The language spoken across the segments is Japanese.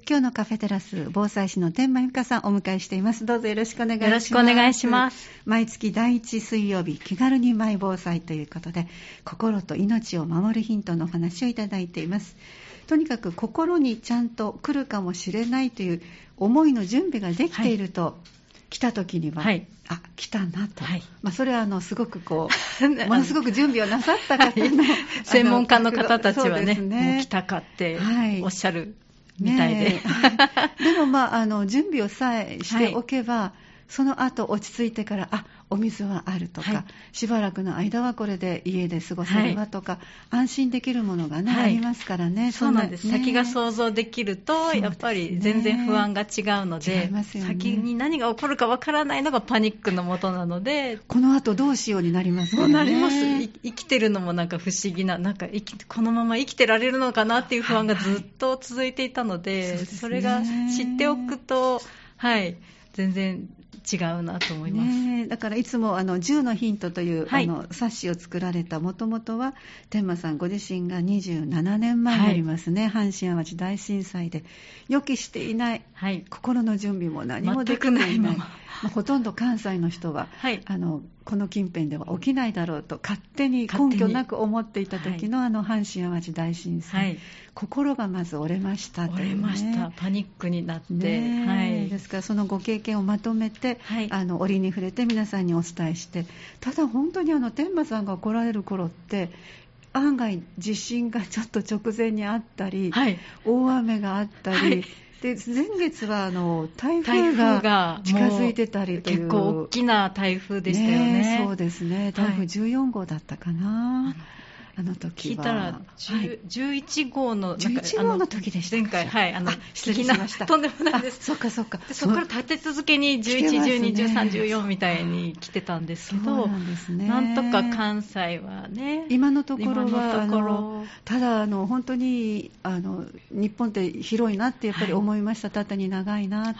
今日のカフェテラス、防災士の天満由香さんをお迎えしています。どうぞよろしくお願いします。 よろしくお願いします。 毎月第1水曜日、気軽にマイ防災ということで、心と命を守るヒントのお話をいただいています。とにかく心にちゃんと来るかもしれないという思いの準備ができていると、来た時には、来たなと、それはすごくものすごく準備をなさった方の専門家の方たちはね、もう来たかっておっしゃるみたいで、 でも準備をさえしておけば、その後落ち着いてからお水はあるとか、しばらくの間はこれで家で過ごせればとか、安心できるものがね、ありますからね。 そうなんです、先が想像できるとやっぱり全然不安が違うので、先に何が起こるかわからないのがパニックのもとなので、 この後どうしようになりますからね。 なります。生きてるのもなんか不思議な、このまま生きてられるのかなっていう不安がずっと続いていたので、それが知っておくと、全然違うなと思います。 だからいつも10のヒントという、冊子を作られた、もともとは天満さんご自身が27年前になりますね、阪神淡路大震災で予期していない、心の準備も何もできていないまま、ほとんど関西の人は、この近辺では起きないだろうと勝手に根拠なく思っていた時の阪神淡路大震災、心がまず折れましたという、 折れました。パニックになって、 ですからそのご経験をまとめて、折に触れて皆さんにお伝えして、ただ本当に天満さんが来られる頃って案外地震がちょっと直前にあったり、大雨があったり、で前月は台風が近づいてたりという、 結構大きな台風でしたよね。 そうですね、台風14号だったかな、あの時は。 聞いたら、11号の 11号の時でした。 前回、 失礼しました。 とんでもないです。 そっか。 そこから立て続けに11、12、13、14みたいに来てたんですけど、なんとか関西はね、 今のところはただ本当に日本って広いなってやっぱり思いました。たったに長いなって、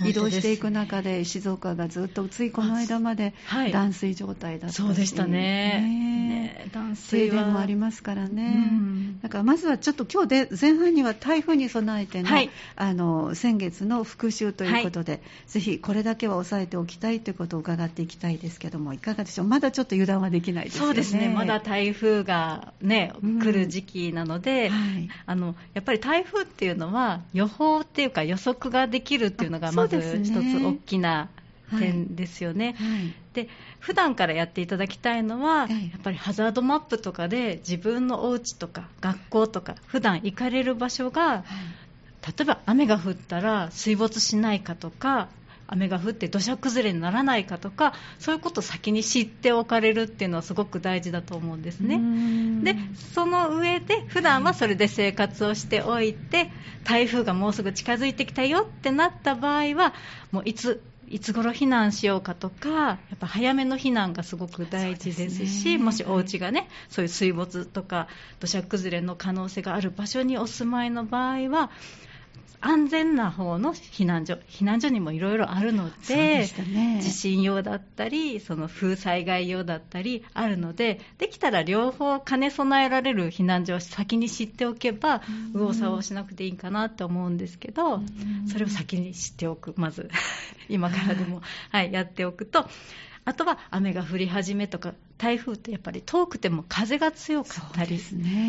移動していく中で静岡がずっとついこの間まで断水状態だったし、 そうでしたね。断水はもありますからね。だからまずはちょっと今日で前半には台風に備えての、先月の復習ということで、ぜひこれだけは押さえておきたいということを伺っていきたいですけども、いかがでしょう。まだちょっと油断はできないですよね。 そうですね、まだ台風がね、来る時期なので、やっぱり台風っていうのは予報っていうか予測ができるっていうのがまず一つ大きな点ですよね。で普段からやっていただきたいのは、やっぱりハザードマップとかで自分のお家とか学校とか普段行かれる場所が、例えば雨が降ったら水没しないかとか、雨が降って土砂崩れにならないかとか、そういうことを先に知っておかれるっていうのはすごく大事だと思うんですね。でその上で普段はそれで生活をしておいて、台風がもうすぐ近づいてきたよってなった場合は、もういつ頃避難しようかとか、やっぱ早めの避難がすごく大事ですし、もしお家がね、そういう水没とか土砂崩れの可能性がある場所にお住まいの場合は、安全な方の避難所にもいろいろあるので、地震用だったりその風災害用だったりあるので、できたら両方兼ね備えられる避難所を先に知っておけば、右往左往しなくていいかなと思うんですけど、それを先に知っておく、まず今からでも、やっておくと、あとは雨が降り始めとか、台風ってやっぱり遠くても風が強かったり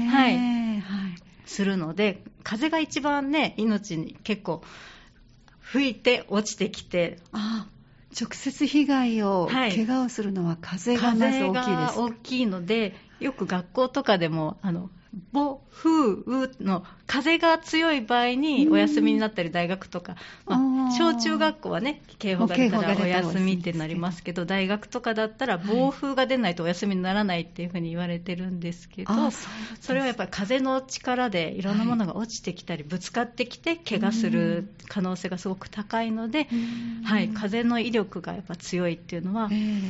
するので、風が一番ね、命に結構吹いて落ちてきて、 直接被害を、怪我をするのは風がまず大きいです。風が大きいので、よく学校とかでも暴風雨の風が強い場合にお休みになったり、大学とか、小中学校はね、警報が出たらお休みってなりますけど、大学とかだったら暴風が出ないとお休みにならないっていうふうに言われてるんですけど、それはやっぱり風の力でいろんなものが落ちてきたり、ぶつかってきて怪我する可能性がすごく高いので、風の威力がやっぱ強いっていうのは、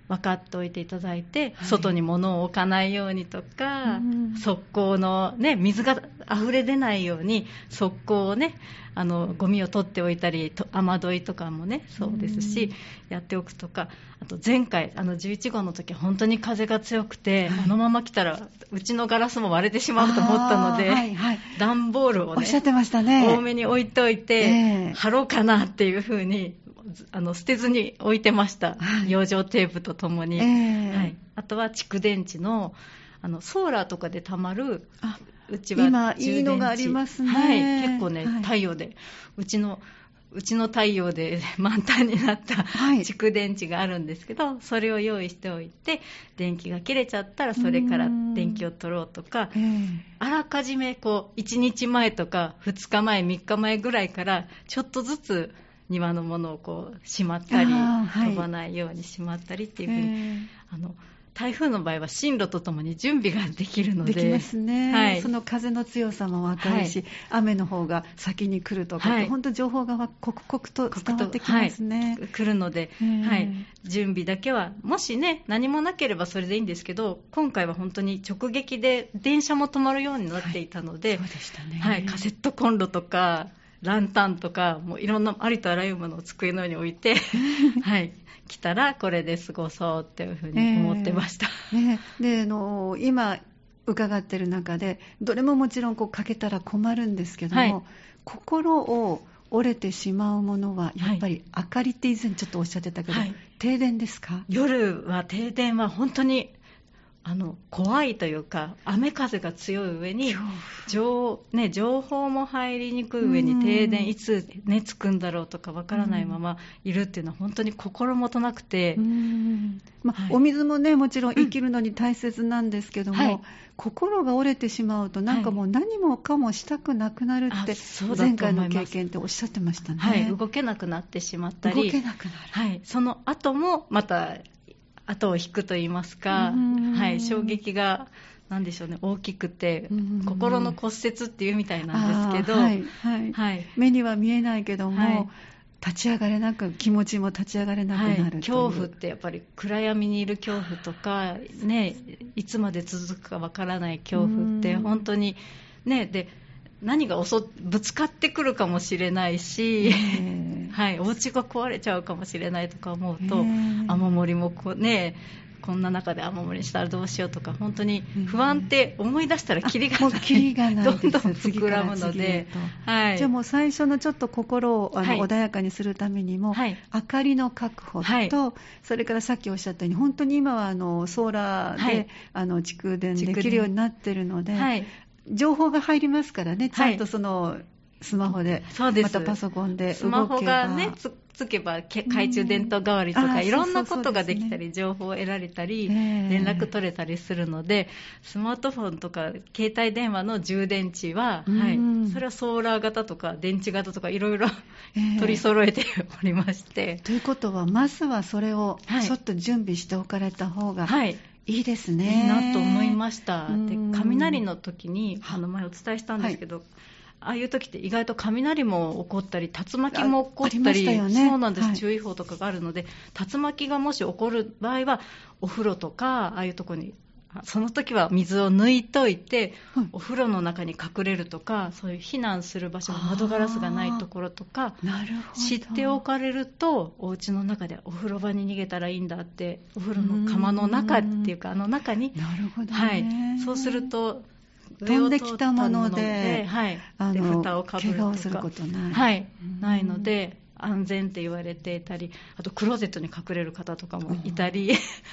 分かっておいていただいて、外に物を置かないようにとか、側溝の、ね、水が溢れ出ないように側溝をね、ゴミを取っておいたり、雨どいとかもねそうですし、やっておくとか、あと前回11号の時は本当に風が強くて、あのまま来たらうちのガラスも割れてしまうと思ったので、段ボールをね、 おっしゃってましたね、 多めに置いておいて、貼ろうかなっていう風に捨てずに置いてました、養生テープとともに、あとは蓄電池のソーラーとかでたまる、うちは今いいのがありますね、 結構ね、太陽でうちの太陽で満タンになった蓄電池があるんですけど、それを用意しておいて、電気が切れちゃったらそれから電気を取ろうとか、あらかじめこう1日前とか2日前3日前ぐらいからちょっとずつ庭のものをこうしまったり、飛ばないようにしまったりっていうふうに、台風の場合は進路とともに準備ができるので、 できますね、その風の強さも分かるし、雨の方が先に来るとかって、本当情報が刻々と伝わってきますね、 来るので、準備だけは、もしね何もなければそれでいいんですけど、今回は本当に直撃で電車も止まるようになっていたので、 そうでしたね、 カセットコンロとかランタンとか、もういろんなありとあらゆるものを机の上に置いて来たらこれで過ごそうっていうふうに思ってました、 で今伺っている中で、どれももちろんこうかけたら困るんですけども、心を折れてしまうものはやっぱり明かりって以前ちょっとおっしゃってたけど、停電ですか？ 夜は停電は本当に怖いというか、雨風が強い上に情報も入りにくい上に、停電いつ、つくんだろうとかわからないままいるっていうのは本当に心もとなくて、 お水もねもちろん生きるのに大切なんですけども、心が折れてしまうとなんかもう何もかもしたくなくなるって、前回の経験っておっしゃってましたね、 動けなくなってしまったり、その後もまた後を引くと言いますか、衝撃がなんでしょうね、大きくて、心の骨折っていうみたいなんですけど、 目には見えないけども、立ち上がれなく、気持ちも立ち上がれなくなるという、 恐怖ってやっぱり暗闇にいる恐怖とか、いつまで続くかわからない恐怖って本当にで何がぶつかってくるかもしれないし、お家が壊れちゃうかもしれないとか思うと、雨漏りもこんな中で雨漏りしたらどうしようとか、本当に不安って思い出したらキリがない、どんどん膨らむので、 じゃあもう最初のちょっと心を穏やかにするためにも、明かりの確保と、それからさっきおっしゃったように、本当に今はソーラーで、蓄電できるようになっているので、情報が入りますからね、ちゃんとそのスマホで、またパソコンで動けば、 スマホがつけば懐中電灯代わりとかいろんなことができたり、情報を得られたり、連絡取れたりするので、スマートフォンとか携帯電話の充電池は、それはソーラー型とか電池型とかいろいろ取り揃えておりまして、 ということはまずはそれをちょっと準備しておかれた方がいいですね。 いいなと思いました。で、雷の時に前お伝えしたんですけど、ああいう時って意外と雷も起こったり竜巻も起こったり、そうなんです、注意報とかがあるので、竜巻がもし起こる場合はお風呂とかああいうところに、その時は水を抜いといて、お風呂の中に隠れるとか、そういう避難する場所の窓ガラスがないところとか知っておかれると、お家の中でお風呂場に逃げたらいいんだって、お風呂の釜の中っていうか中に、そうすると飛んできたもので、 蓋をかぶるとか怪我をすることない、 ないので安全って言われていたり、あとクローゼットに隠れる方とかもいたり、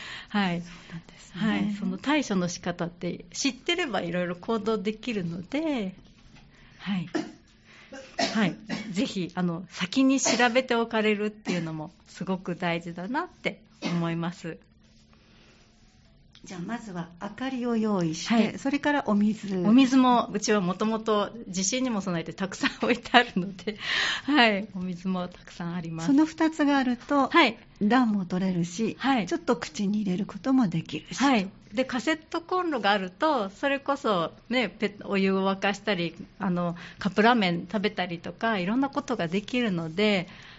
その対処の仕方って知ってればいろいろ行動できるので、ぜひ先に調べておかれるっていうのもすごく大事だなって思います。 じゃあまずは明かりを用意して、それからお水もうちはもともと地震にも備えてたくさん置いてあるので、お水もたくさんあります。 その2つがあると、暖も取れるし、ちょっと口に入れることもできるし、 でカセットコンロがあると、それこそ、お湯を沸かしたりカップラーメン食べたりとかいろんなことができるので、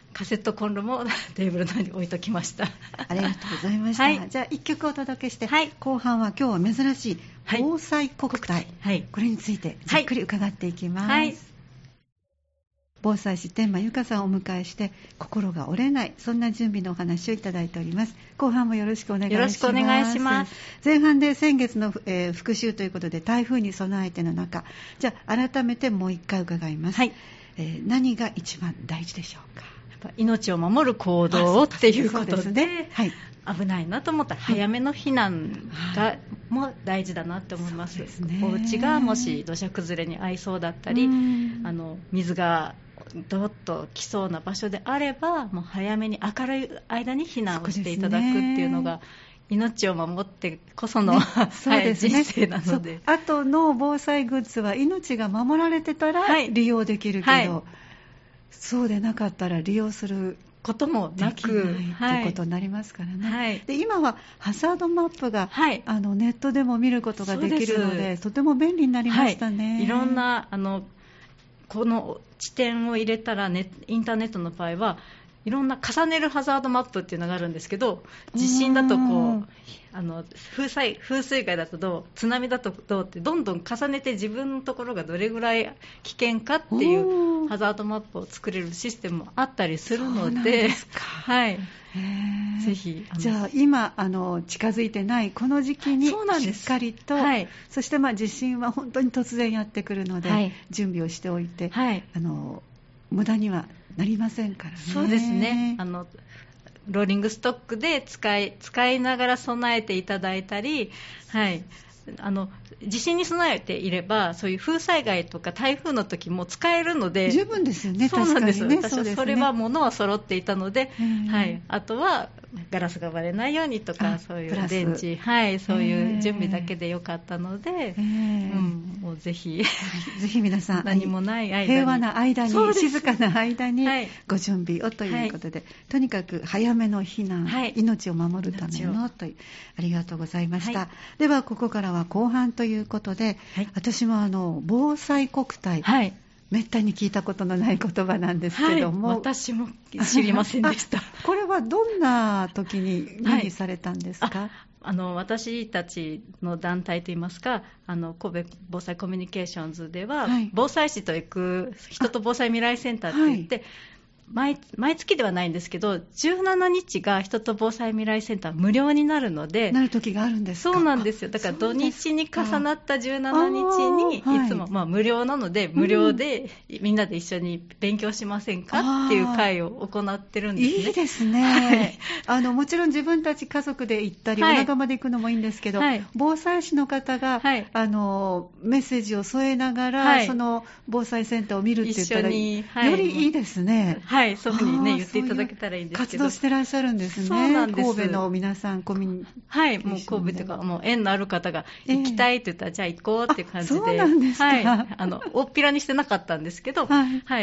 カセットコンロもテーブルの上に置いときました。 ありがとうございました。はい、じゃあ1曲お届けして、はい、後半は今日は珍しい防災国体、はい、これについてじっくり伺っていきます。はい、防災士天満由佳さんをお迎えして心が折れない、そんな準備のお話をいただいております。後半もよろしくお願いします。 よろしくお願いします。 前半で先月の、復習ということで台風に備えての中、じゃあ改めてもう一回伺います。はい、何が一番大事でしょうか。 やっぱ命を守る行動をっていうことで、はい、危ないなと思ったら早めの避難がも大事だなって思います。お家がもし土砂崩れに遭いそうだったり、水がどっと来そうな場所であれば、もう早めに明るい間に避難をしていただくっていうのが、命を守ってこその、そうですね、人生なので。 あとの防災グッズは命が守られてたら利用できるけど、そうでなかったら利用することもなくということになりますからね。はい、で今はハザードマップが、はい、ネットでも見ることができるので、とても便利になりましたね。 はい、いろんなこの地点を入れたら、インターネットの場合はいろんな重ねるハザードマップっていうのがあるんですけど、地震だとこう風水害だとどう、津波だとどうってどんどん重ねて自分のところがどれぐらい危険かっていうハザードマップを作れるシステムもあったりするので、はい、ぜひじゃあ今近づいてないこの時期にしっかりと、はい、そして地震は本当に突然やってくるので、はい、準備をしておいて、はい、無駄にはなりませんからね。 そうですね。ローリングストックで使いながら備えていただいたり、はい、地震に備えていればそういう風災害とか台風の時も使えるので十分ですよね。 そうなんです。 確かにね、私はそれは物は揃っていたので、はい、あとはガラスが割れないようにとか、そういう電池、はい、そういう準備だけでよかったので、もうぜひぜひ皆さん何もない間に平和な間に静かな間にご準備をということで、とにかく早めの避難、命を守るためのという、ありがとうございました。ではここからは後半ということで、私も防災国体、めったに聞いたことのない言葉なんですけども、 私も知りませんでしたこれはどんな時に目にされたんですか。 私たちの団体といいますか、神戸防災コミュニケーションズでは、防災士と行く人と防災未来センターって言って、毎月ではないんですけど、17日が人と防災未来センター無料になるので、 なる時があるんですか。 そうなんですよ。だから土日に重なった17日にいつも、無料なので、無料でみんなで一緒に勉強しませんかっていう会を行ってるんですね。 いいですね。もちろん自分たち家族で行ったり、お仲間で行くのもいいんですけど、防災士の方が、メッセージを添えながら、その防災センターを見るって言ったら、よりいいですね。 はい、そういうふうにね、言っていただけたらいいんですけど。 活動してらっしゃるんですね。 そうなんです。 神戸の皆さん、コミュニケーション。 はい、もう神戸というか、もう縁のある方が行きたいって言ったら、じゃあ行こうっていう感じで。 そうなんですか。はい、 大っぴらにしてなかったんですけど、はい、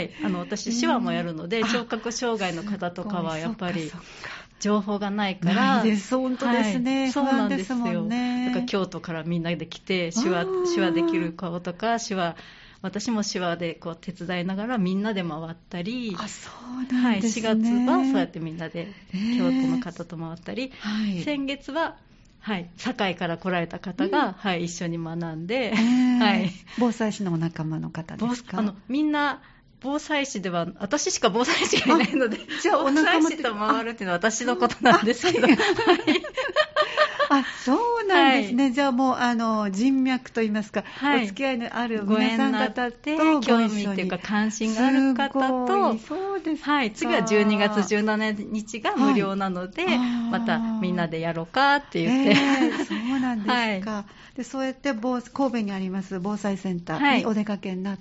私、手話もやるので、聴覚障害の方とかはやっぱり、情報がないから。 ないです。本当ですね。 そうなんですよ。だから京都からみんなで来て、手話できる顔とか、私も手話でこう手伝いながらみんなで回ったり、 そうなんですね。 4月はそうやってみんなで京都の方と回ったり、先月は、堺から来られた方が、一緒に学んで、 防災士のお仲間の方ですか。 みんな防災士では、私しか防災士がいないので、じゃあ防災士と回るっていうのは私のことなんですけど。 そうなんですね。じゃあもう人脈といいますか、お付き合いのある皆さん方と興味っていうか関心がある方と、 そうですか。次は12月17日が無料なので、またみんなでやろうかって言って。 そうなんですか。でそうやって神戸にあります防災センターにお出かけになって、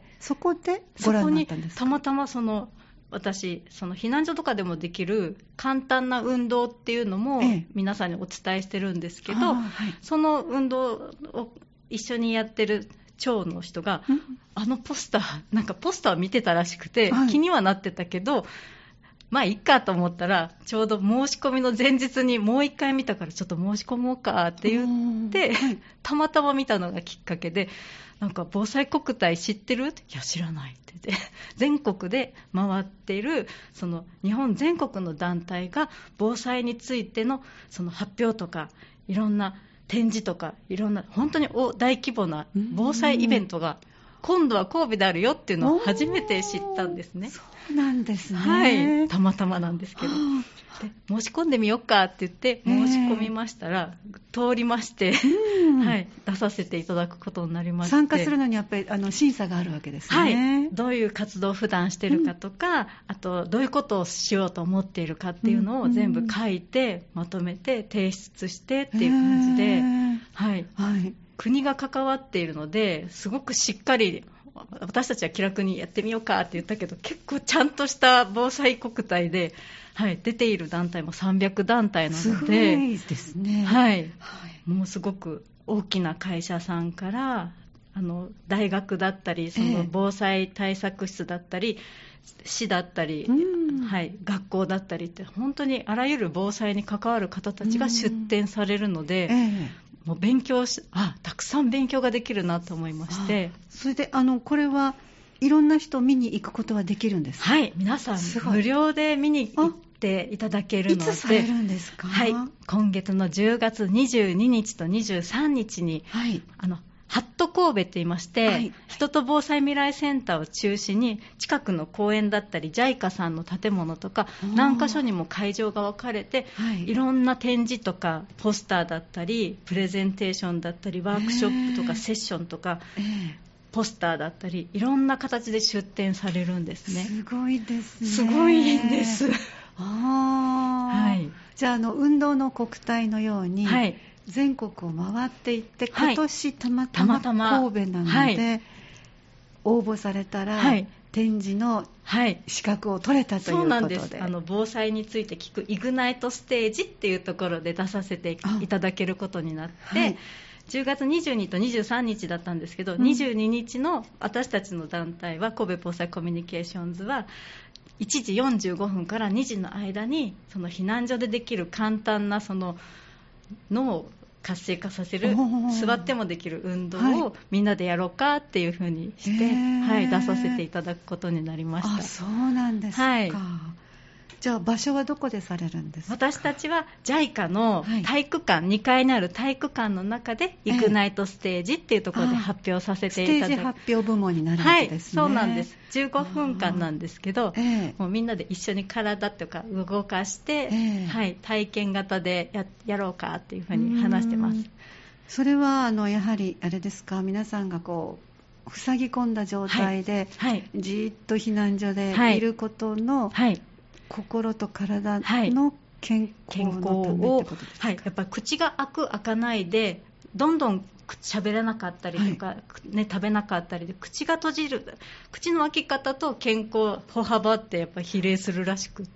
そこでご覧になったんですか。 たまたま私、避難所とかでもできる簡単な運動っていうのも皆さんにお伝えしてるんですけど、その運動を一緒にやってる町の人が、ポスターを見てたらしくて、気にはなってたけど、 まあいいかと思ったら、ちょうど申し込みの前日にもう一回見たから、ちょっと申し込もうかって言って、はい、たまたま見たのがきっかけで、なんか防災国体知ってる？いや知らないって言って、全国で回っているその日本全国の団体が防災についてのその発表とか、いろんな展示とか、いろんな本当に大規模な防災イベントが今度は神戸であるよっていうのを初めて知ったんですね。 そうなんですね。 はい、たまたまなんですけど、で申し込んでみようかって言って申し込みましたら、通りまして、はい、出させていただくことになりまして、 参加するのにやっぱり審査があるわけですね。 はい、どういう活動を普段してるかとか、あとどういうことをしようと思っているかっていうのを全部書いて、まとめて提出してっていう感じで、はいはい、国が関わっているので、すごくしっかり、私たちは気楽にやってみようかって言ったけど、結構ちゃんとした防災国体で、はい、出ている団体も300団体なので、 すごいですね。 はいはい、もうすごく大きな会社さんから大学だったり、その防災対策室だったり、市だったり、はい、学校だったりって、本当にあらゆる防災に関わる方たちが出展されるので、もうたくさん勉強ができるなと思いまして。 それでこれはいろんな人見に行くことはできるんですか？ はい、皆さん無料で見に行っていただけるので。 いつされるんですか？ はい、今月の10月22日と23日に、はい、ハット神戸と言いまして、はい、人と防災未来センターを中心に近くの公園だったり JICA さんの建物とか何か所にも会場が分かれて、はい、いろんな展示とかポスターだったりプレゼンテーションだったりワークショップとかセッションとか、ポスターだったりいろんな形で出展されるんですね。 すごいですね。 すごいんです。 はい、じゃあ運動の国体のように、はい、全国を回っていって、今年たまたま神戸なので、はい、応募されたら、はい、展示の資格を取れたということで。そうなんです。 防災について聞くイグナイトステージっていうところで出させていただけることになって、はい、10月22と23日だったんですけど、22日の私たちの団体は神戸防災コミュニケーションズは1時45分から2時の間にその避難所でできる簡単なその脳を活性化させる座ってもできる運動をみんなでやろうかっていうふうにして、はい、出させていただくことになりました。 あ、そうなんですか。はい、じゃあ場所はどこでされるんですか？ 私たちは JICA の体育館、2階にある体育館の中でイグナイトステージっていうところで発表させていただく、 ステージ発表部門になるわけですね。 はい、そうなんです。15分間なんですけど、もうみんなで一緒に体とか動かして、はい、体験型で やろうかっていうふうに話してます。 それはやはりあれですか、皆さんがこう塞ぎ込んだ状態で、はい、じーっと避難所でいることの、はい、心と体の健康のためってことですか？ はい、やっぱり口が開かないでどんどん喋らなかったりとか、はいね、食べなかったりで口が閉じる、口の開き方と健康歩幅ってやっぱり比例するらしくって。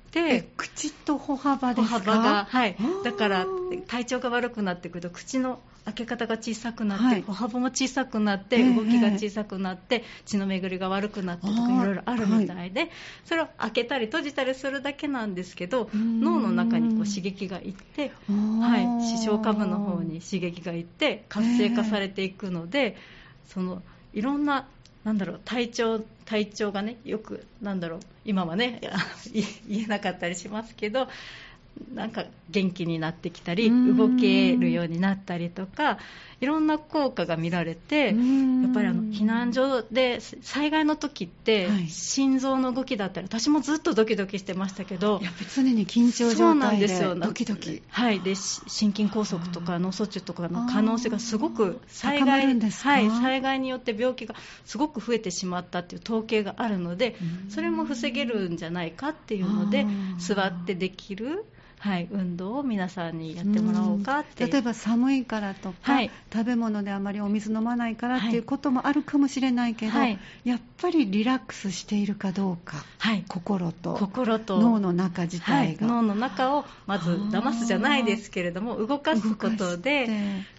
口と歩幅ですか？ 歩幅が、はい、だから体調が悪くなってくると口の開け方が小さくなって、はい、歩幅も小さくなって、動きが小さくなって、血の巡りが悪くなってとかいろいろあるみたいで、はい、それを開けたり閉じたりするだけなんですけど、脳の中にこう刺激がいって、はい、視床下部の方に刺激がいって活性化されていくので、そのいろんな体調がね、よく今はね言えなかったりしますけど、なんか元気になってきたり動けるようになったりとか、いろんな効果が見られて、やっぱり避難所で災害の時って、はい、心臓の動きだったり、私もずっとドキドキしてましたけど、 やっぱり常に緊張状態でドキドキ、 はい、で心筋梗塞とか脳卒中とかの可能性がすごく災害によって病気がすごく増えてしまったっていう統計があるので、それも防げるんじゃないかっていうので、座ってできる、はい、運動を皆さんにやってもらおうかって。 例えば寒いからとか、はい、食べ物であまりお水飲まないからっていうこともあるかもしれないけど、はい、やっぱりリラックスしているかどうか、はい、心と脳の中自体が、 はい、脳の中をまず騙すじゃないですけれども動かすことで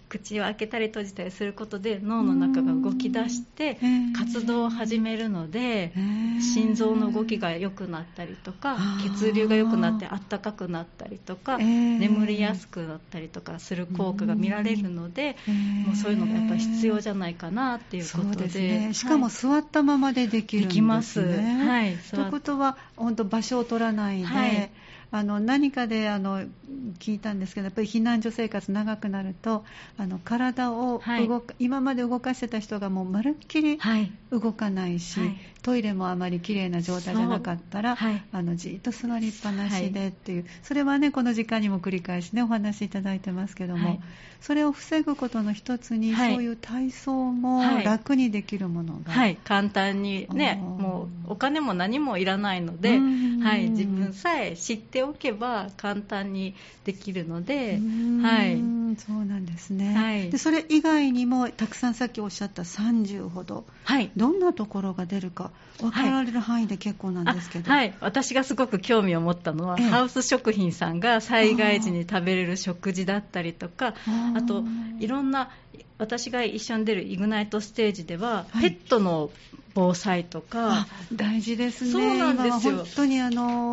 口を開けたり閉じたりすることで脳の中が動き出して活動を始めるので、心臓の動きが良くなったりとか、血流が良くなって暖かくなったりとか、眠りやすくなったりとかする効果が見られるので、もうそういうのがやっぱり必要じゃないかなっていうことで。 そうですね、しかも座ったままでできるんですね。 できます。はい。 ということは本当場所を取らないで、はい、何かで聞いたんですけど、やっぱり避難所生活長くなると体を今まで動かしてた人がもうまるっきり動かないし、トイレもあまりきれいな状態じゃなかったら、じっと座りっぱなしでっていう、それはねこの時間にも繰り返しねお話しいただいてますけども、それを防ぐことの一つに、そういう体操も楽にできるものが、 簡単にね、もうお金も何もいらないので、自分さえ知っておけば簡単にできるので、 そうなんですね。でそれ以外にもたくさんさっきおっしゃった30ほど、どんなところが出るか分かられる範囲で結構なんですけど、 私がすごく興味を持ったのは、ハウス食品さんが災害時に食べれる食事だったりとか、あといろんな私が一緒に出るイグナイトステージでは、ペットの防災とか大事ですね。 そうなんですよ。 今は本当に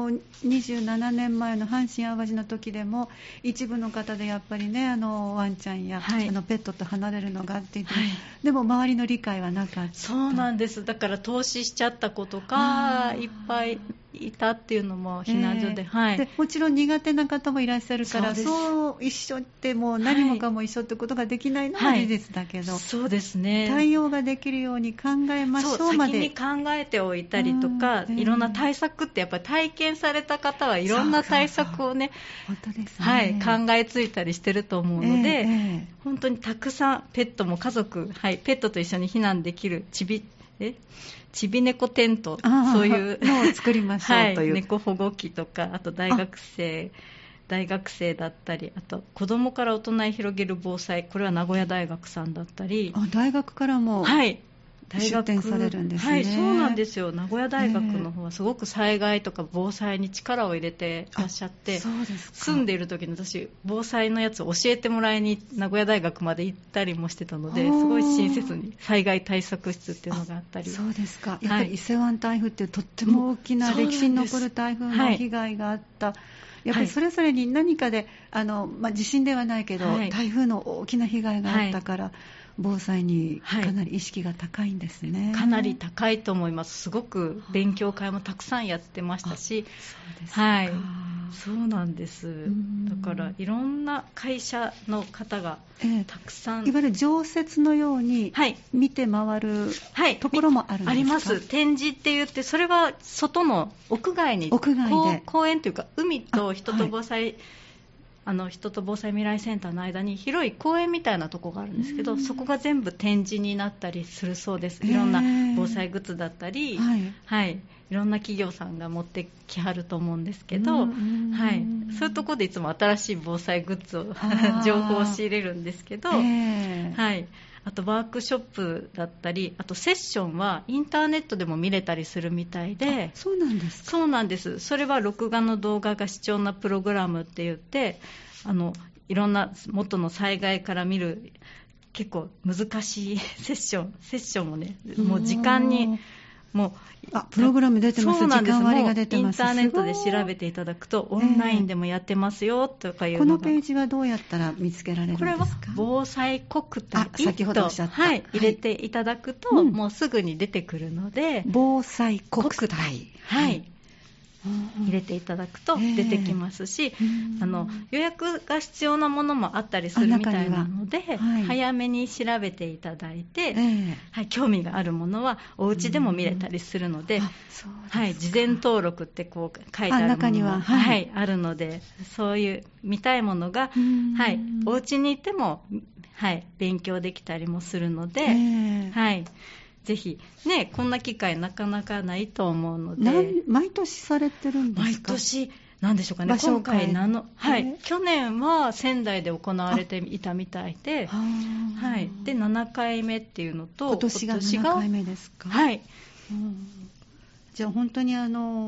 27年前の阪神・淡路の時でも一部の方でやっぱりねワンちゃんや、ペットと離れるのがって言って、でも周りの理解はなかった。 そうなんです。だから投資しちゃった子とかいっぱいいたっていうのも避難所で、 でもちろん苦手な方もいらっしゃるから、そう一緒ってもう何もかも一緒ってことができないのは事実だけど、 そうですね、 対応ができるように考えましょうまで先に考えておいたりとか、いろんな対策ってやっぱり体験された方はいろんな対策をね、 本当ですね、 考えついたりしてると思うので、本当にたくさんペットも家族、ペットと一緒に避難できるちび猫テント、そういうのを作りましょうという、 猫保護器とか、あと大学生だったり、あと子どもから大人へ広げる防災、これは名古屋大学さんだったり、 大学からも出展されるんですね。 そうなんですよ。名古屋大学の方はすごく災害とか防災に力を入れていらっしゃって、住んでいる時に私防災のやつを教えてもらいに名古屋大学まで行ったりもしてたので、すごい親切に災害対策室っていうのがあったり。 そうですか。やっぱり伊勢湾台風ってとっても大きな歴史に残る台風の被害があった、やっぱりそれぞれに何かで地震ではないけど、台風の大きな被害があったから、防災にかなり意識が高いんですね。 かなり高いと思います。すごく勉強会もたくさんやってましたし、そうなんです。だからいろんな会社の方がたくさん、 いわゆる常設のように見て回るところもあるんですか？ あります。展示って言って、それは外の屋外で公園というか、海と人と防災、人と防災未来センターの間に広い公園みたいなところがあるんですけど、そこが全部展示になったりするそうです。いろんな防災グッズだったり、いろんな企業さんが持ってきはると思うんですけど、そういうところでいつも新しい防災グッズを情報を仕入れるんですけど、あとワークショップだったり、あとセッションはインターネットでも見れたりするみたいで。 そうなんですか？ そうなんです。それは録画の動画が視聴なプログラムって言って、いろんな元の災害から見る結構難しいセッションもね、もう時間にプログラム出てます。 そうなんです。 時間割が出てます。 インターネットで調べていただくと、オンラインでもやってますよとかいうのが、 このページはどうやったら見つけられるんですか？ これは防災国体先ほどおっしゃった、 入れていただくと、もうすぐに出てくるので、 防災国体、入れていただくと出てきますし、予約が必要なものもあったりするみたいなので、早めに調べていただいて、興味があるものはお家でも見れたりするので、事前登録ってこう書いてあるもの中には、 あるので、そういう見たいものが、お家にいても、勉強できたりもするので、ぜひね、こんな機会なかなかないと思うので。 毎年されてるんですか？ 毎年なんでしょうかね。今回去年は仙台で行われていたみたいで、で7回目っていうのと、 今年が7回目ですか？じゃあ本当に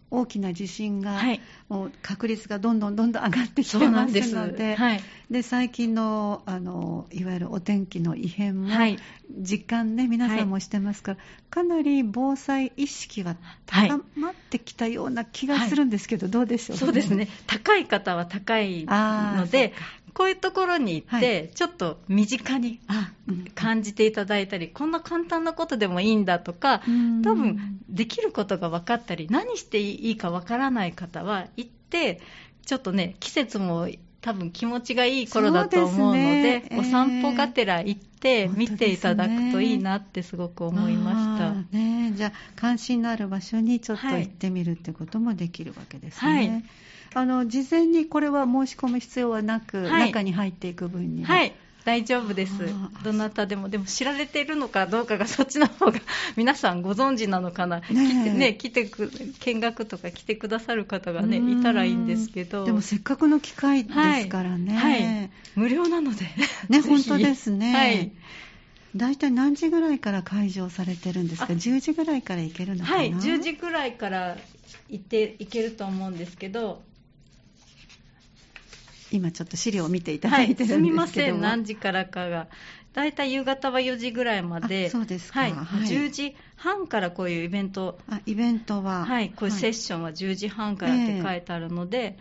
大きな地震が、もう確率がどんどん上がってきてますので、で最近の、いわゆるお天気の異変も、実感ね皆さんもしてますから、かなり防災意識は高まってきたような気がするんですけど、どうでしょうか。 そうですね、高い方は高いので、こういうところに行って、ちょっと身近に感じていただいたり、こんな簡単なことでもいいんだとか、多分できることが分かったり、何していいか分からない方は行って、ちょっとね、季節も多分気持ちがいい頃だと思うので、お散歩がてら行って見ていただくといいなってすごく思いました。 じゃあ関心のある場所にちょっと行ってみるってこともできるわけですね。事前にこれは申し込む必要はなく、中に入っていく分には、 大丈夫です。どなたでも。でも知られているのかどうかが、そっちの方が皆さんご存知なのかな。来て見学とか来てくださる方がねいたらいいんですけど。 でもせっかくの機会ですからね。 無料なのでね、本当ですね。だいたい何時ぐらいから開場されてるんですか。10時ぐらいから行けるのかな。 10時ぐらいから行けると思うんですけど。 今ちょっと資料を見ていただいてるんですけども、 すみません、何時からかがだいたい夕方は4時ぐらいまで。 そうですか。 10時半からこういうイベントは、こういうセッションは10時半からって書いてあるので、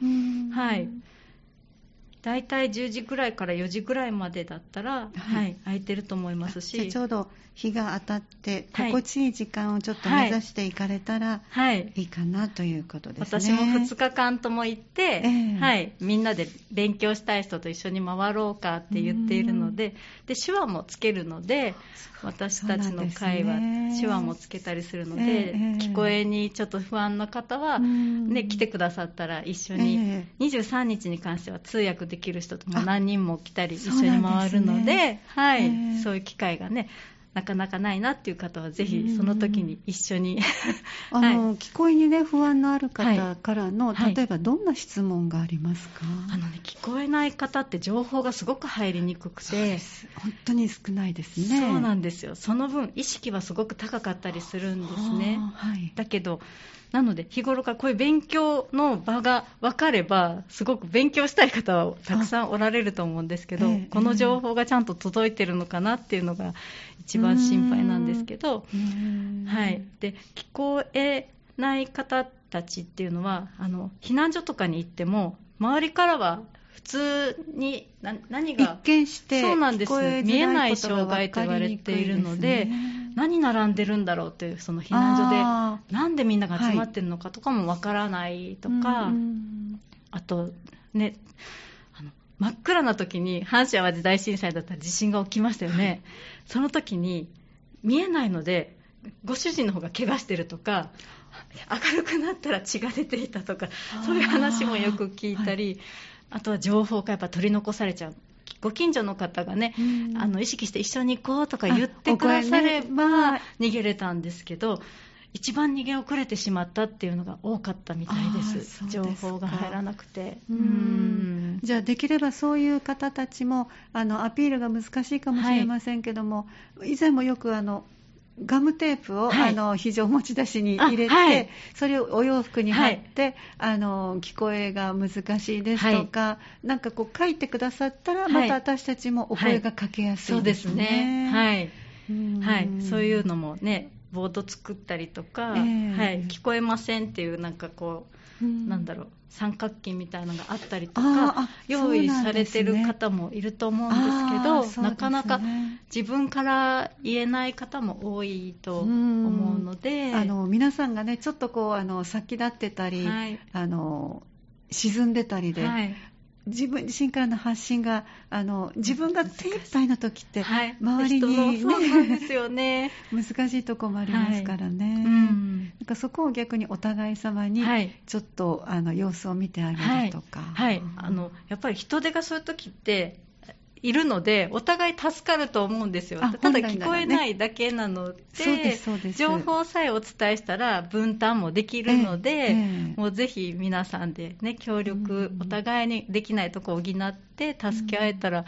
だいたい10時ぐらいから4時ぐらいまでだったら、空いてると思いますし。 じゃあちょうど日が当たって心地いい時間をちょっと目指していかれたらいいかなということですね。 私も2日間とも行って、みんなで勉強したい人と一緒に回ろうかって言っているので、手話もつけるので、私たちの会は手話もつけたりするので、聞こえにちょっと不安な方は、来てくださったら一緒に、23日に関しては通訳できる人とも何人も来たり一緒に回るので、そういう機会がねなかなかないなっていう方はぜひその時に一緒に聞こえにね不安のある方からの、例えばどんな質問がありますか。 聞こえない方って情報がすごく入りにくくて、 本当に少ないですね。 そうなんですよ。その分意識はすごく高かったりするんですね。だけどなので日頃からこういう勉強の場が分かればすごく勉強したい方はたくさんおられると思うんですけど、この情報がちゃんと届いてるのかなっていうのが一番心配なんですけど、で聞こえない方たちっていうのは避難所とかに行っても周りからは普通に何が一見して聞こえ見えない障害と言われているので、何並んでるんだろうという、その避難所でなんでみんなが集まってるのかとかもわからないとか、あとね、真っ暗な時に阪神・淡路大震災だったら地震が起きましたよね。その時に見えないのでご主人の方が怪我してるとか、明るくなったら血が出ていたとか、そういう話もよく聞いたり、あとは情報がやっぱ取り残されちゃう。ご近所の方がね、意識して一緒に行こうとか言ってくだされば逃げれたんですけど、一番逃げ遅れてしまったっていうのが多かったみたいです。情報が入らなくて。 じゃあできればそういう方たちもアピールが難しいかもしれませんけども、以前もよくガムテープを、非常持ち出しに入れて、それをお洋服に貼って、聞こえが難しいですとか、なんかこう書いてくださったら、また私たちもお声がかけやすいですね。 そうですね。そういうのもね、ボード作ったりとか、聞こえませんっていうなんかこう、なんだろう、三角巾みたいなのがあったりとか用意されてる方もいると思うんですけど、なかなか自分から言えない方も多いと思うので、 皆さんがねちょっとこう先立ってたり、沈んでたりで、自分自身からの発信が自分が手いっぱいの時って、周りに、 そうなんですよね難しいところもありますからね、なんかそこを逆にお互い様にちょっと様子を見てあげるとか、 やっぱり人手がそういう時っているのでお互い助かると思うんですよ。ただ聞こえないだけなので、情報さえお伝えしたら分担もできるので、もうぜひ皆さんで、ね、協力、お互いにできないところを補って助け合えたら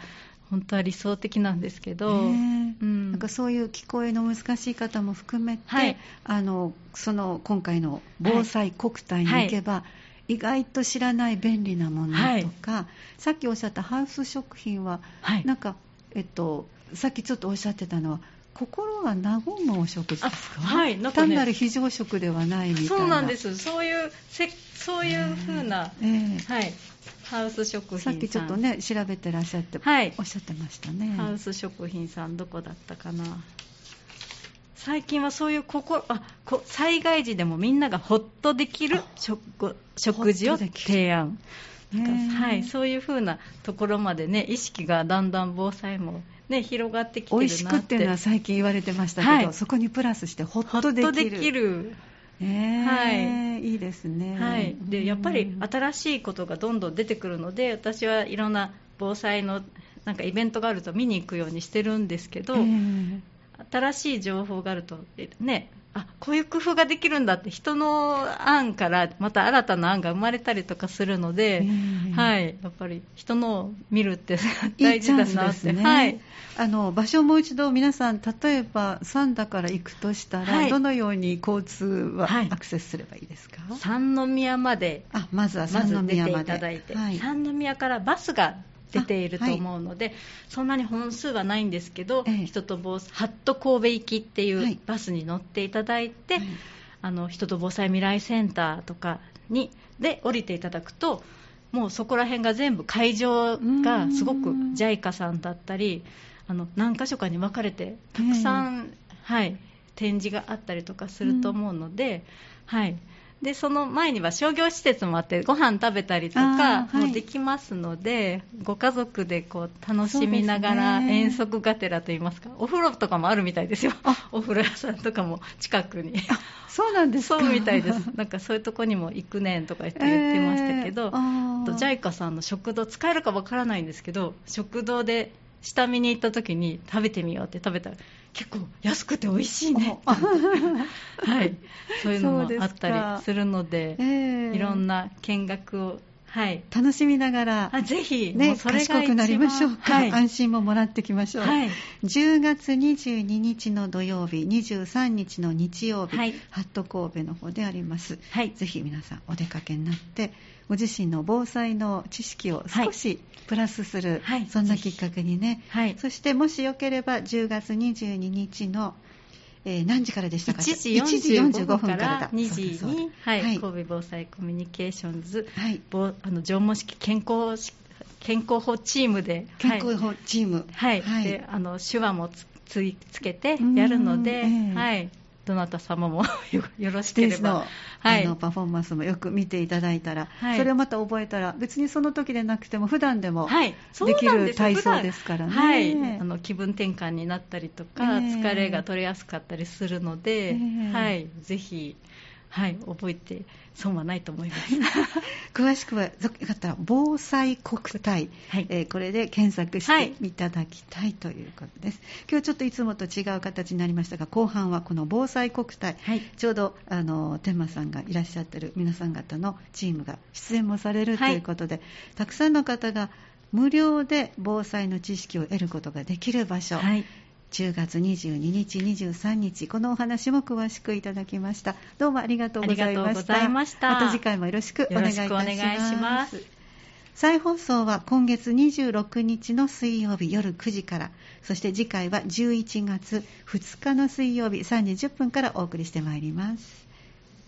本当は理想的なんですけど、 なんかそういう聞こえの難しい方も含めて、はい、その今回の防災国体に行けば、意外と知らない便利なものとか、さっきおっしゃったハウス食品は、なんか、さっきちょっとおっしゃってたのは心が和むお食事ですか？はい、なんかね、単なる非常食ではないみたいな。 そうなんです。そういう風な、はい、ハウス食品さん、 さっきちょっとね調べてらっしゃって、おっしゃってましたね。 ハウス食品さんどこだったかな。最近はそういう災害時でもみんながホッとできる食事を提案、はい、そういう風なところまでね、意識がだんだん防災もね、広がってきてるなって。 美味しくっていうのは最近言われてましたけど、そこにプラスしてホッとできる。はい、いいですね。 はい、でやっぱり新しいことがどんどん出てくるので、私はいろんな防災のなんかイベントがあると見に行くようにしてるんですけど、新しい情報があるとね、こういう工夫ができるんだって人の案からまた新たな案が生まれたりとかするので、はい、やっぱり人のを見るって大事だなって。 ね、はい、場所をもう一度皆さん、例えば三田から行くとしたら、どのように交通はアクセスすればいいですか？ 三宮まで、 まずは三宮まで出ていただいて、三宮からバスが出ていると思うので、そんなに本数はないんですけど、人と防災ハット神戸行きっていうバスに乗っていただいて、人と防災未来センターとかで降りていただくと、もうそこら辺が全部会場がすごく JICA さんだったり何か所かに分かれてたくさん、展示があったりとかすると思うので、でその前には商業施設もあってご飯食べたりとかもできますので、ご家族でこう楽しみながら遠足がてらといいますか、お風呂とかもあるみたいですよ。お風呂屋さんとかも近くに。 そうなんですか？ そうみたいです。なんかそういうとこにも行くねんとか言ってましたけど、JICA さんの食堂使えるかわからないんですけど、食堂で下見に行った時に食べてみようって食べたら結構安くて美味しいねはい、そういうのもあったりするので、いろんな見学を、 楽しみながらぜひ、 ね、賢くなりましょうか、安心ももらってきましょう、10月22日の土曜日、23日の日曜日、ハット神戸の方であります、ぜひ皆さんお出かけになってご自身の防災の知識を少しプラスする、そんなきっかけにね、そしてもしよければ10月22日の何時からでしたか ？1時45分から2時に、神戸防災コミュニケーションズ、縄文式健康法チームで、 健康法チーム、 で手話もつけてやるので、どなた様もよろしければパフォーマンスもよく見ていただいたら、それをまた覚えたら別にその時でなくても普段でもできる体操ですからね、 気分転換になったりとか、疲れが取れやすかったりするので、ぜひ覚えて損はないと思います詳しくはよかったら防災国体、これで検索していただきたいということです。今日ちょっといつもと違う形になりましたが、後半はこの防災国体、ちょうど天馬さんがいらっしゃっている皆さん方のチームが出演もされるということで、たくさんの方が無料で防災の知識を得ることができる場所、10月22日、23日、このお話も詳しくいただきました。どうもありがとうございました。また次回もよろしくお願いいたします。再放送は今月26日の水曜日夜9時から、そして次回は11月2日の水曜日3時10分からお送りしてまいります。